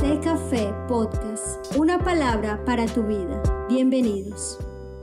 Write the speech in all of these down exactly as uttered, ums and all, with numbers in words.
Sé Café Podcast, una palabra para tu vida. Bienvenidos.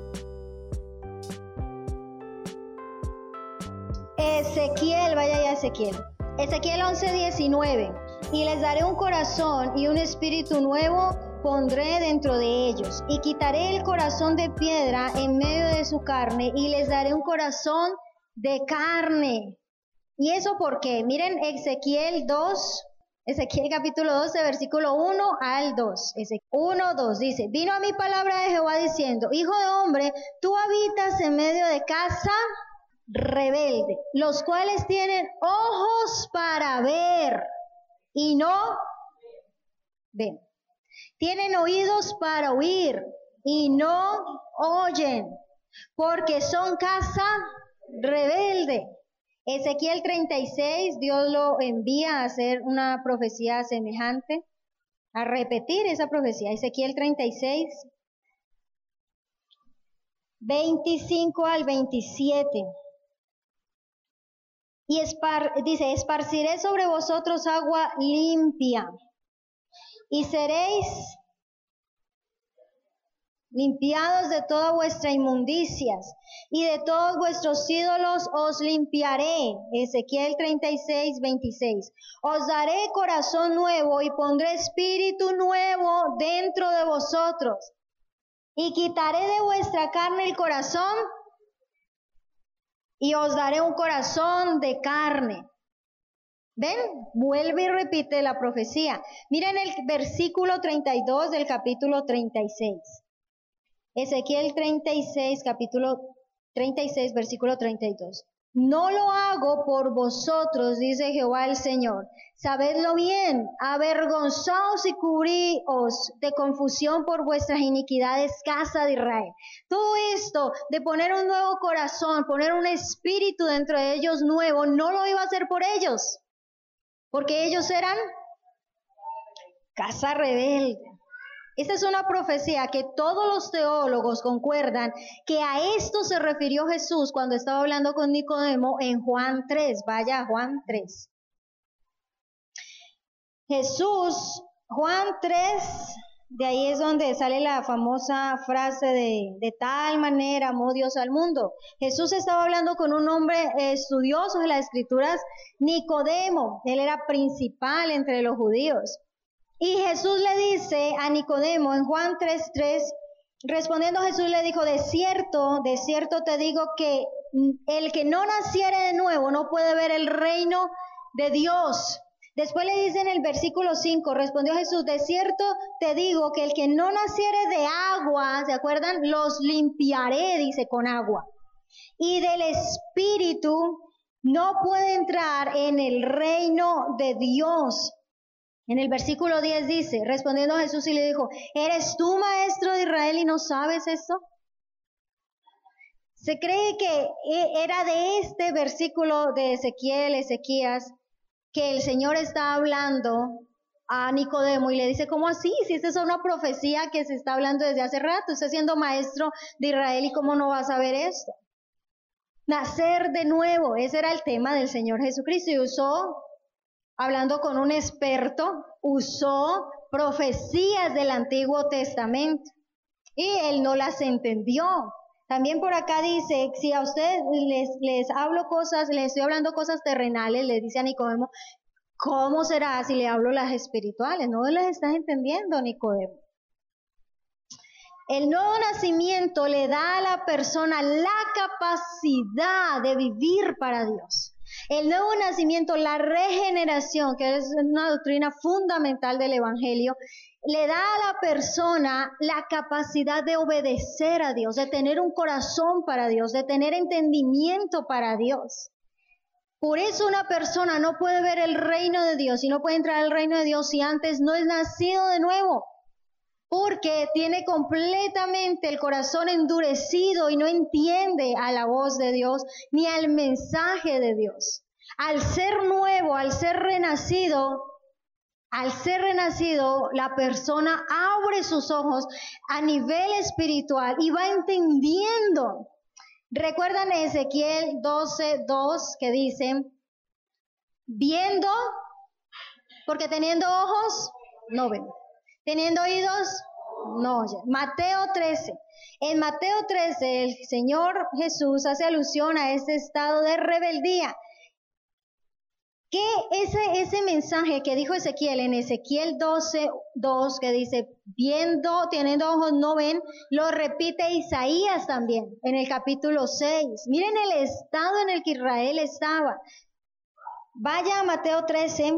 Ezequiel, vaya ya Ezequiel. Ezequiel once diecinueve. Y les daré un corazón y un espíritu nuevo pondré dentro de ellos. Y quitaré el corazón de piedra en medio de su carne y les daré un corazón de carne. ¿Y eso por qué? Miren Ezequiel dos, Ezequiel capítulo doce, versículo uno al dos. uno, dos dice: vino a mí palabra de Jehová diciendo: hijo de hombre, tú habitas en medio de casa rebelde, los cuales tienen ojos para ver y no ven. Tienen oídos para oír y no oyen, porque son casa rebelde. Ezequiel treinta y seis, Dios lo envía a hacer una profecía semejante, a repetir esa profecía. Ezequiel treinta y seis, veinticinco al veintisiete. Y espar, dice, esparciré sobre vosotros agua limpia, y seréis limpiados de todas vuestras inmundicias, y de todos vuestros ídolos os limpiaré. Ezequiel treinta y seis, veintiséis. Os daré corazón nuevo y pondré espíritu nuevo dentro de vosotros, y quitaré de vuestra carne el corazón, y os daré un corazón de carne. ¿Ven? Vuelve y repite la profecía. Miren el versículo treinta y dos del capítulo treinta y seis. Ezequiel treinta y seis, capítulo treinta y seis, versículo treinta y dos. No lo hago por vosotros, dice Jehová el Señor. Sabedlo bien, avergonzaos y cubríos de confusión por vuestras iniquidades, casa de Israel. Todo esto de poner un nuevo corazón, poner un espíritu dentro de ellos nuevo, no lo iba a hacer por ellos, porque ellos eran casa rebelde. Esta es una profecía que todos los teólogos concuerdan que a esto se refirió Jesús cuando estaba hablando con Nicodemo en Juan tres. Vaya a Juan tres. Jesús, Juan tres, de ahí es donde sale la famosa frase de, de tal manera amó Dios al mundo. Jesús estaba hablando con un hombre estudioso de las Escrituras, Nicodemo. Él era principal entre los judíos. Y Jesús le dice a Nicodemo en Juan tres, tres, respondiendo Jesús le dijo: de cierto, de cierto te digo que el que no naciere de nuevo no puede ver el reino de Dios. Después le dice en el versículo cinco, respondió Jesús: de cierto te digo que el que no naciere de agua, ¿se acuerdan? Los limpiaré, dice, con agua. Y del Espíritu no puede entrar en el reino de Dios. En el versículo diez dice, respondiendo Jesús y le dijo: ¿eres tú maestro de Israel y no sabes esto? Se cree que era de este versículo de Ezequiel, Ezequías, que el Señor está hablando a Nicodemo y le dice: ¿cómo así? Si esta es una profecía que se está hablando desde hace rato, usted siendo maestro de Israel, ¿y cómo no va a saber esto? Nacer de nuevo, ese era el tema del Señor Jesucristo, y usó, hablando con un experto, usó profecías del Antiguo Testamento y él no las entendió. También por acá dice, si a ustedes les, les hablo cosas, les estoy hablando cosas terrenales, les dice a Nicodemo, ¿cómo será si le hablo las espirituales? No las estás entendiendo, Nicodemo. El nuevo nacimiento le da a la persona la capacidad de vivir para Dios. El nuevo nacimiento, la regeneración, que es una doctrina fundamental del Evangelio, le da a la persona la capacidad de obedecer a Dios, de tener un corazón para Dios, de tener entendimiento para Dios. Por eso una persona no puede ver el reino de Dios y no puede entrar al reino de Dios si antes no es nacido de nuevo, porque tiene completamente el corazón endurecido y no entiende a la voz de Dios ni al mensaje de Dios. Al ser nuevo, al ser renacido, al ser renacido, la persona abre sus ojos a nivel espiritual y va entendiendo. ¿Recuerdan Ezequiel doce, dos que dice, viendo, porque teniendo ojos no ven. Teniendo oídos, no oyen. Mateo trece. En Mateo trece, el Señor Jesús hace alusión a ese estado de rebeldía. Que ese, ese mensaje que dijo Ezequiel en Ezequiel doce, dos, que dice, viendo, teniendo ojos no ven, lo repite Isaías también en el capítulo seis. Miren el estado en el que Israel estaba. Vaya a Mateo trece.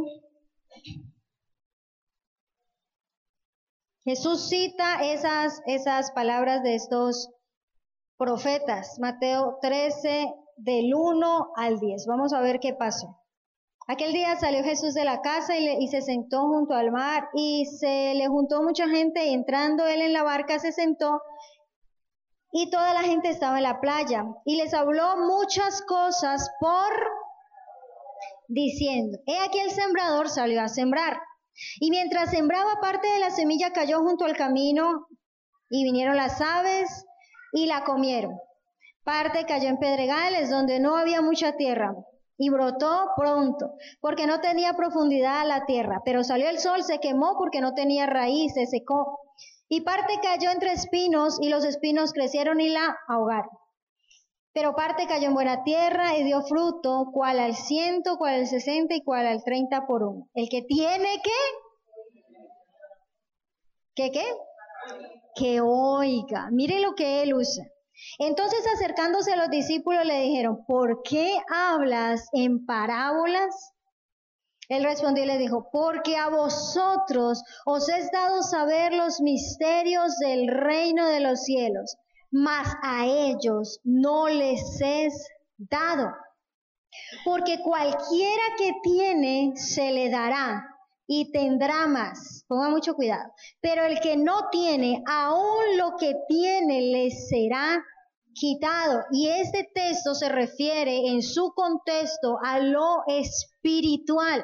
Jesús cita esas, esas palabras de estos profetas. Mateo trece, del uno al diez. Vamos a ver qué pasó. Aquel día salió Jesús de la casa y, le, y se sentó junto al mar, y se le juntó mucha gente, y entrando él en la barca se sentó, y toda la gente estaba en la playa, y les habló muchas cosas por diciendo, he aquí el sembrador salió a sembrar, y mientras sembraba, parte de la semilla cayó junto al camino, y vinieron las aves y la comieron. Parte cayó en pedregales donde no había mucha tierra, y brotó pronto, porque no tenía profundidad la tierra. Pero salió el sol, se quemó porque no tenía raíz, se secó. Y parte cayó entre espinos, y los espinos crecieron y la ahogaron. Pero parte cayó en buena tierra y dio fruto, cual al ciento, cual al sesenta y cual al treinta por uno. El que tiene que, ¿qué qué? Que oiga. Mire lo que él usa. Entonces, acercándose a los discípulos, le dijeron, ¿por qué hablas en parábolas? Él respondió y les dijo, porque a vosotros os es dado saber los misterios del reino de los cielos, mas a ellos no les es dado. Porque cualquiera que tiene, se le dará y tendrá más. Ponga mucho cuidado. Pero el que no tiene, aún lo que tiene le será quitado. Y este texto se refiere en su contexto a lo espiritual.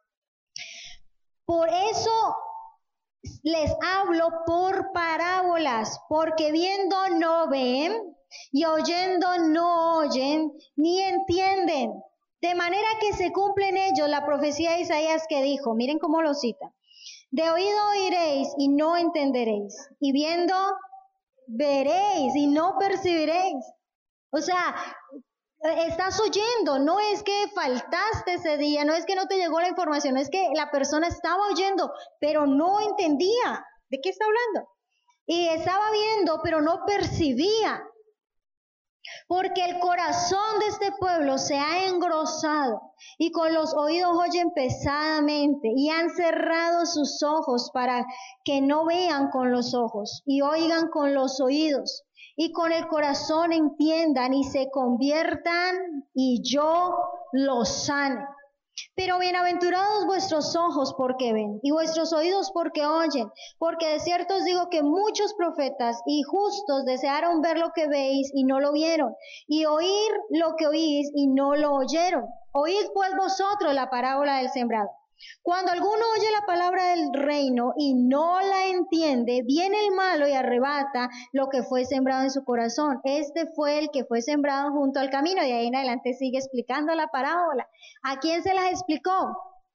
Por eso les hablo por parábolas, porque viendo no ven y oyendo no oyen ni entienden. De manera que se cumple en ellos la profecía de Isaías que dijo, miren cómo lo cita, de oído oiréis y no entenderéis, y viendo veréis y no percibiréis. O sea, estás oyendo, no es que faltaste ese día, no es que no te llegó la información, es que la persona estaba oyendo, pero no entendía de qué está hablando. Y estaba viendo, pero no percibía. Porque el corazón de este pueblo se ha engrosado y con los oídos oyen pesadamente y han cerrado sus ojos para que no vean con los ojos y oigan con los oídos y con el corazón entiendan y se conviertan y yo los sane. Pero bienaventurados vuestros ojos porque ven y vuestros oídos porque oyen, porque de cierto os digo que muchos profetas y justos desearon ver lo que veis y no lo vieron, y oír lo que oís y no lo oyeron. Oíd pues vosotros la parábola del sembrador. Cuando alguno oye la palabra del reino y no la entiende, viene el malo y arrebata lo que fue sembrado en su corazón. Este fue el que fue sembrado junto al camino. Y ahí en adelante sigue explicando la parábola. ¿A quién se las explicó?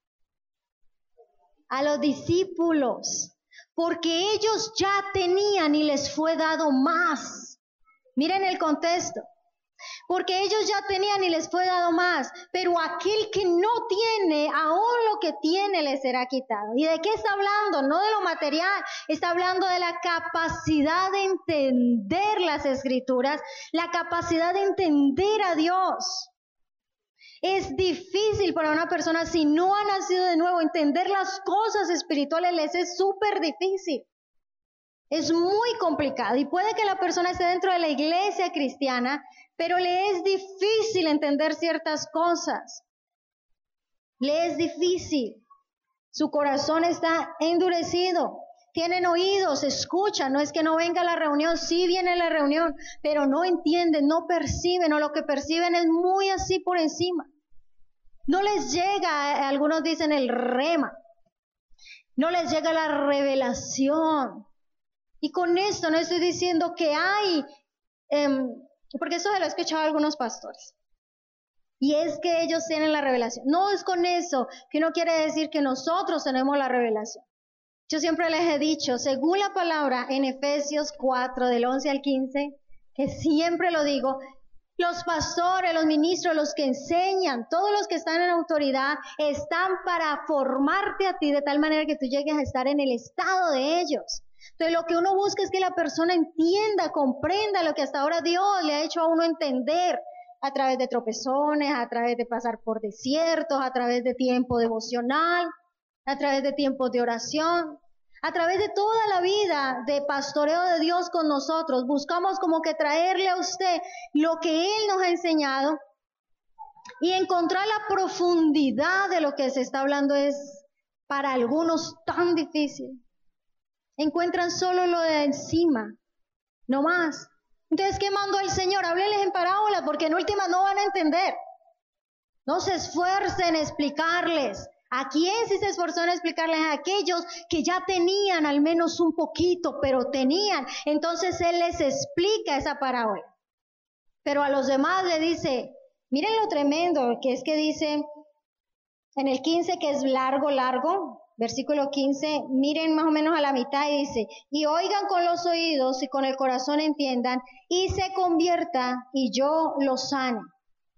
A los discípulos, porque ellos ya tenían y les fue dado más. Miren el contexto. Porque ellos ya tenían y les fue dado más, pero aquel que no tiene, aún lo que tiene le será quitado. ¿Y de qué está hablando? No de lo material, está hablando de la capacidad de entender las escrituras, la capacidad de entender a Dios. Es difícil para una persona, si no ha nacido de nuevo, entender las cosas espirituales, les es súper difícil. Es muy complicado y puede que la persona esté dentro de la iglesia cristiana, pero le es difícil entender ciertas cosas. Le es difícil. Su corazón está endurecido. Tienen oídos, escuchan. No es que no venga a la reunión, sí viene a la reunión, pero no entienden, no perciben, o lo que perciben es muy así por encima. No les llega, algunos dicen el rema. No les llega la revelación. Y con esto no estoy diciendo que hay... Eh, Porque eso se lo he escuchado a algunos pastores. Y es que ellos tienen la revelación. No es con eso que no quiere decir que nosotros tenemos la revelación. Yo siempre les he dicho, según la palabra en Efesios cuatro, del once al quince, que siempre lo digo, los pastores, los ministros, los que enseñan, todos los que están en autoridad, están para formarte a ti de tal manera que tú llegues a estar en el estado de ellos. Entonces lo que uno busca es que la persona entienda, comprenda lo que hasta ahora Dios le ha hecho a uno entender a través de tropezones, a través de pasar por desiertos, a través de tiempo devocional, a través de tiempos de oración, a través de toda la vida de pastoreo de Dios con nosotros. Buscamos como que traerle a usted lo que Él nos ha enseñado y encontrar la profundidad de lo que se está hablando es para algunos tan difícil. Encuentran solo lo de encima, no más. Entonces, ¿qué mandó el Señor? Hábleles en parábolas, porque en última no van a entender. No se esfuercen en explicarles. ¿A quién sí se esforzó en explicarles? A aquellos que ya tenían al menos un poquito, pero tenían. Entonces Él les explica esa parábola. Pero a los demás le dice, miren lo tremendo, que es que dice en el quince, que es largo, largo. Versículo quince, miren más o menos a la mitad y dice, y oigan con los oídos y con el corazón entiendan y se convierta y yo los sane. O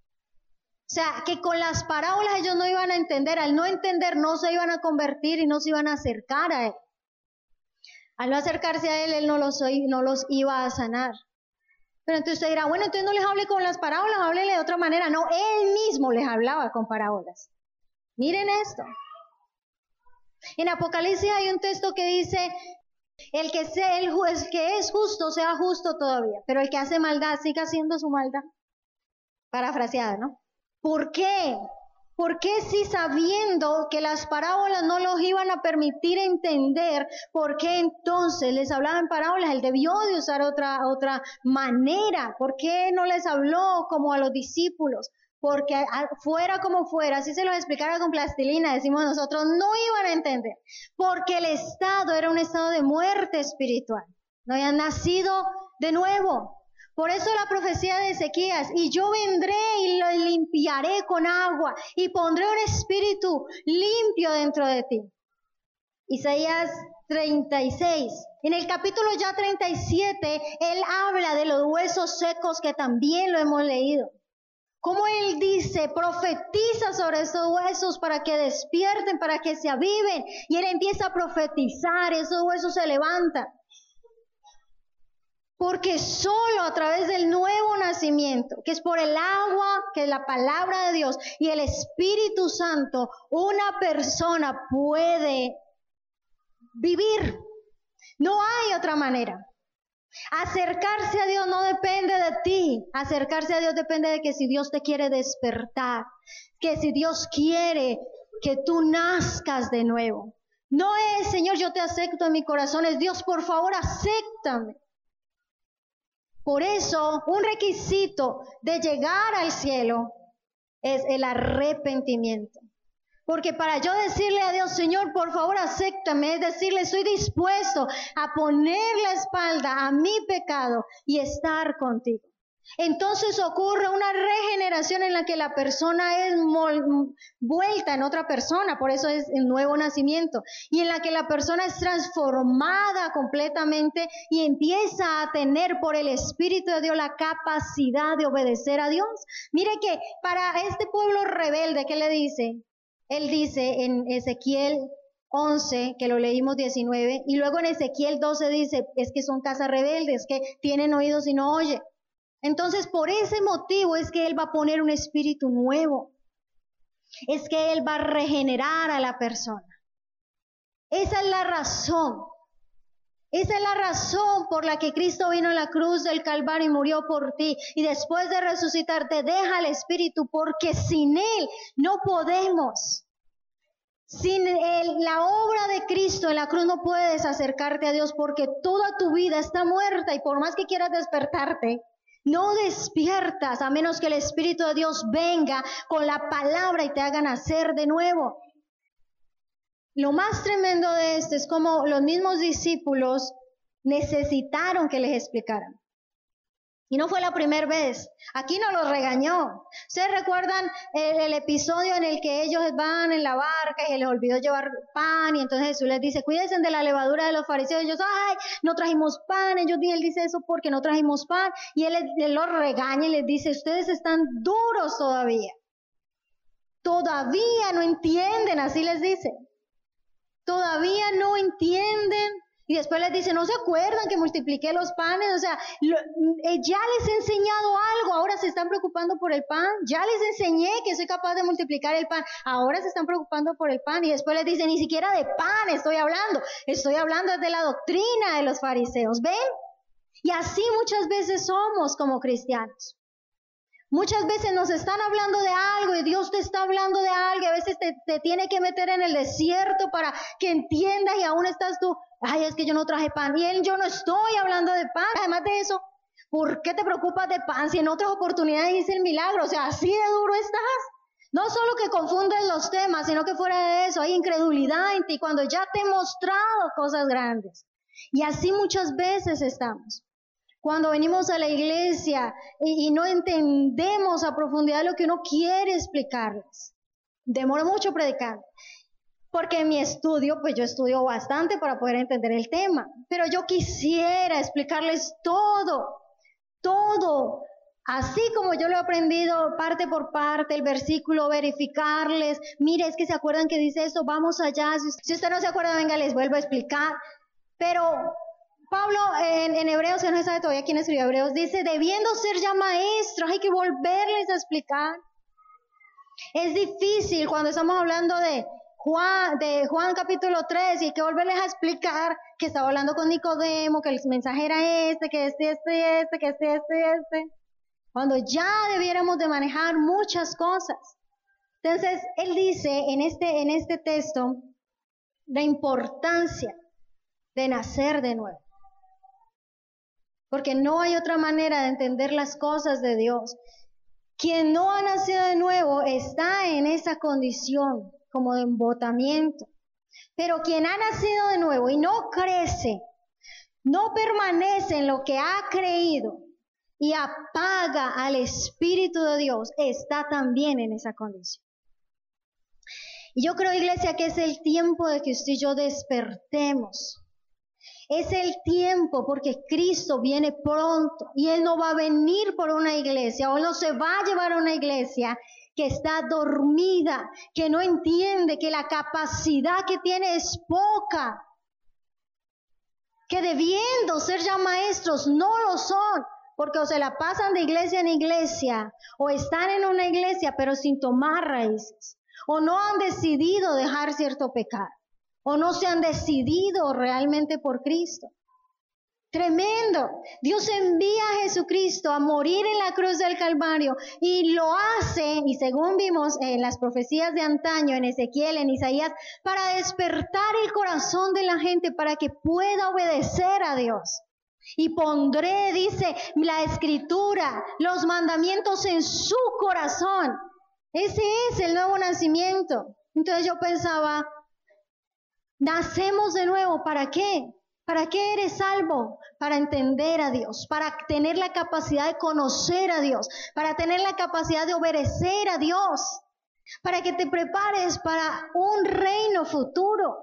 sea, que con las parábolas ellos no iban a entender, al no entender no se iban a convertir y no se iban a acercar a Él. Al no acercarse a Él, Él no los, no los iba a sanar. Pero entonces usted dirá, bueno, entonces no les hable con las parábolas, háblele de otra manera. No, Él mismo les hablaba con parábolas. Miren esto. En Apocalipsis hay un texto que dice, el que, sea, el, el que es justo sea justo todavía, pero el que hace maldad siga haciendo su maldad. Parafraseada, ¿no? ¿Por qué? ¿Por qué si sabiendo que las parábolas no los iban a permitir entender, por qué entonces les hablaba en parábolas? Él debió de usar otra, otra manera. ¿Por qué no les habló como a los discípulos? Porque fuera como fuera, si se los explicara con plastilina, decimos nosotros, no iban a entender. Porque el estado era un estado de muerte espiritual. No habían nacido de nuevo. Por eso la profecía de Ezequías, y yo vendré y lo limpiaré con agua, y pondré un espíritu limpio dentro de ti. Isaías treinta y seis. En el capítulo ya treinta y siete, él habla de los huesos secos que también lo hemos leído. Como él dice, profetiza sobre esos huesos para que despierten, para que se aviven. Y él empieza a profetizar, esos huesos se levantan. Porque solo a través del nuevo nacimiento, que es por el agua, que es la palabra de Dios y el Espíritu Santo, una persona puede vivir. No hay otra manera. Acercarse a Dios no depende de ti. Acercarse a Dios depende de que si Dios te quiere despertar, que si Dios quiere que tú nazcas de nuevo. No es, Señor, yo te acepto en mi corazón, es Dios, por favor, acéptame. Por eso, un requisito de llegar al cielo es el arrepentimiento. Porque para yo decirle a Dios, Señor, por favor, acéptame, es decirle, estoy dispuesto a poner la espalda a mi pecado y estar contigo. Entonces ocurre una regeneración en la que la persona es vuelta en otra persona, por eso es el nuevo nacimiento, y en la que la persona es transformada completamente y empieza a tener por el Espíritu de Dios la capacidad de obedecer a Dios. Mire que para este pueblo rebelde, ¿qué le dice? Él dice en Ezequiel once, que lo leímos diecinueve, y luego en Ezequiel doce dice, es que son casas rebeldes, que tienen oídos y no oyen. Entonces, por ese motivo es que Él va a poner un espíritu nuevo. Es que Él va a regenerar a la persona. Esa es la razón. Esa es la razón por la que Cristo vino a la cruz del Calvario y murió por ti. Y después de resucitar te deja el espíritu, porque sin Él no podemos. Sin el, la obra de Cristo en la cruz no puedes acercarte a Dios, porque toda tu vida está muerta y por más que quieras despertarte, no despiertas a menos que el Espíritu de Dios venga con la palabra y te haga nacer de nuevo. Lo más tremendo de esto es como los mismos discípulos necesitaron que les explicaran. Y no fue la primera vez. Aquí no los regañó. ¿Ustedes recuerdan el, el episodio en el que ellos van en la barca y se les olvidó llevar pan? Y entonces Jesús les dice, cuídense de la levadura de los fariseos. Y ellos, ay, no trajimos pan. Ellos, él dice eso porque no trajimos pan. Y él, él los regaña y les dice, ustedes están duros todavía. Todavía no entienden, así les dice. Todavía no entienden. Y después les dice, ¿no se acuerdan que multipliqué los panes? O sea, lo, eh, ya les he enseñado algo, ahora se están preocupando por el pan. Ya les enseñé que soy capaz de multiplicar el pan, ahora se están preocupando por el pan. Y después les dice, ni siquiera de pan estoy hablando, estoy hablando de la doctrina de los fariseos. ¿Ven? Y así muchas veces somos como cristianos. Muchas veces nos están hablando de algo y Dios te está hablando de algo y a veces te, te tiene que meter en el desierto para que entiendas y aún estás tú, ay, es que yo no traje pan. Y él, yo no estoy hablando de pan. Además de eso, ¿por qué te preocupas de pan si en otras oportunidades hice el milagro? O sea, así de duro estás. No solo que confundes los temas, sino que fuera de eso hay incredulidad en ti cuando ya te he mostrado cosas grandes. Y así muchas veces estamos. Cuando venimos a la iglesia y, y no entendemos a profundidad lo que uno quiere explicarles. Demoro mucho predicando. Porque en mi estudio, pues yo estudio bastante para poder entender el tema. Pero yo quisiera explicarles todo, todo. Así como yo lo he aprendido parte por parte, el versículo, verificarles. Mire, es que se acuerdan que dice esto, vamos allá. Si, si usted no se acuerda, venga, les vuelvo a explicar. Pero Pablo en, en Hebreos, que no se sabe todavía quién escribió Hebreos, dice, debiendo ser ya maestros, hay que volverles a explicar. Es difícil cuando estamos hablando de Juan, de Juan capítulo tres, y hay que volverles a explicar que estaba hablando con Nicodemo, que el mensaje era este, que este, este, este, que este, este, este. Cuando ya debiéramos de manejar muchas cosas. Entonces, él dice en este, en este texto la importancia de nacer de nuevo. Porque no hay otra manera de entender las cosas de Dios. Quien no ha nacido de nuevo está en esa condición como de embotamiento. Pero quien ha nacido de nuevo y no crece, no permanece en lo que ha creído y apaga al Espíritu de Dios, está también en esa condición. Y yo creo, iglesia, que es el tiempo de que usted y yo despertemos. Es el tiempo porque Cristo viene pronto y Él no va a venir por una iglesia o no se va a llevar a una iglesia que está dormida, que no entiende que la capacidad que tiene es poca, que debiendo ser ya maestros no lo son, porque o se la pasan de iglesia en iglesia o están en una iglesia pero sin tomar raíces o no han decidido dejar cierto pecado. O no se han decidido realmente por Cristo. Tremendo. Dios envía a Jesucristo a morir en la cruz del Calvario y lo hace, y según vimos en las profecías de antaño, en Ezequiel, en Isaías, para despertar el corazón de la gente para que pueda obedecer a Dios. Y pondré, dice la Escritura, los mandamientos en su corazón. Ese es el nuevo nacimiento. Entonces yo pensaba, nacemos de nuevo, ¿para qué? ¿Para qué eres salvo? Para entender a Dios, para tener la capacidad de conocer a Dios, para tener la capacidad de obedecer a Dios, para que te prepares para un reino futuro.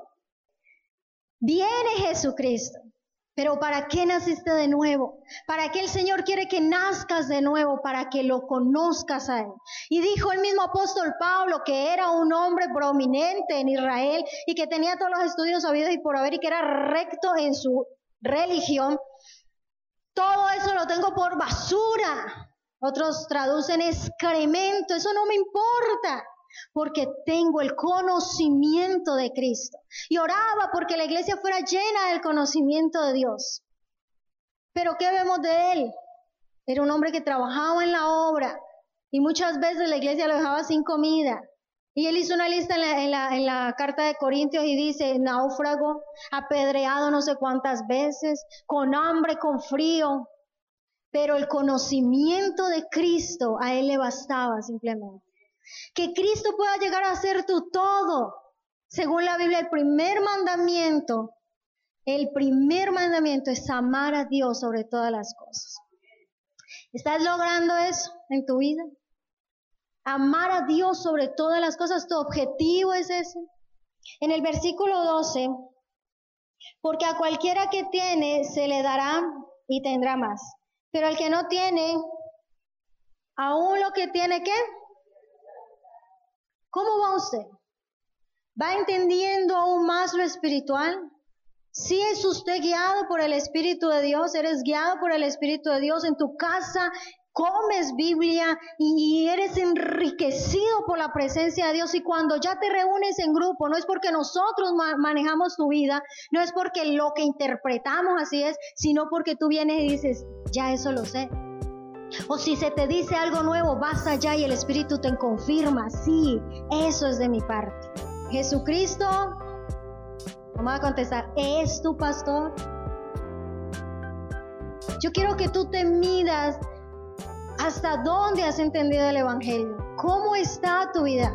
Viene Jesucristo. Pero ¿para qué naciste de nuevo? ¿Para qué el Señor quiere que nazcas de nuevo? Para que lo conozcas a Él. Y dijo el mismo apóstol Pablo, que era un hombre prominente en Israel y que tenía todos los estudios sabidos y por haber y que era recto en su religión. Todo eso lo tengo por basura. Otros traducen excremento. Eso no me importa, porque tengo el conocimiento de Cristo. Y oraba porque la iglesia fuera llena del conocimiento de Dios. Pero ¿qué vemos de él? Era un hombre que trabajaba en la obra y muchas veces la iglesia lo dejaba sin comida. Y él hizo una lista en la, en la, en la carta de Corintios y dice, náufrago, apedreado no sé cuántas veces, con hambre, con frío. Pero el conocimiento de Cristo a él le bastaba simplemente. Que Cristo pueda llegar a ser tu todo. Según la Biblia, el primer mandamiento, el primer mandamiento es amar a Dios sobre todas las cosas. ¿Estás logrando eso en tu vida? Amar a Dios sobre todas las cosas, ¿tu objetivo es ese? En el versículo doce, porque a cualquiera que tiene se le dará y tendrá más, pero al que no tiene, aún lo que tiene, ¿qué? ¿Cómo va usted? ¿Va entendiendo aún más lo espiritual? ¿Sí es usted guiado por el Espíritu de Dios? ¿Eres guiado por el Espíritu de Dios? En tu casa comes Biblia y eres enriquecido por la presencia de Dios. Y cuando ya te reúnes en grupo, no es porque nosotros ma- manejamos tu vida, no es porque lo que interpretamos así es, sino porque tú vienes y dices, ya eso lo sé. O si se te dice algo nuevo, vas allá y el Espíritu te confirma, sí, eso es de mi parte. Jesucristo, vamos a contestar, ¿es tu pastor? Yo quiero que tú te midas hasta dónde has entendido el Evangelio. ¿Cómo está tu vida?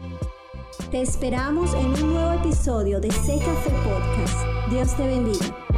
Te esperamos en un nuevo episodio de C Café Podcast. Dios te bendiga.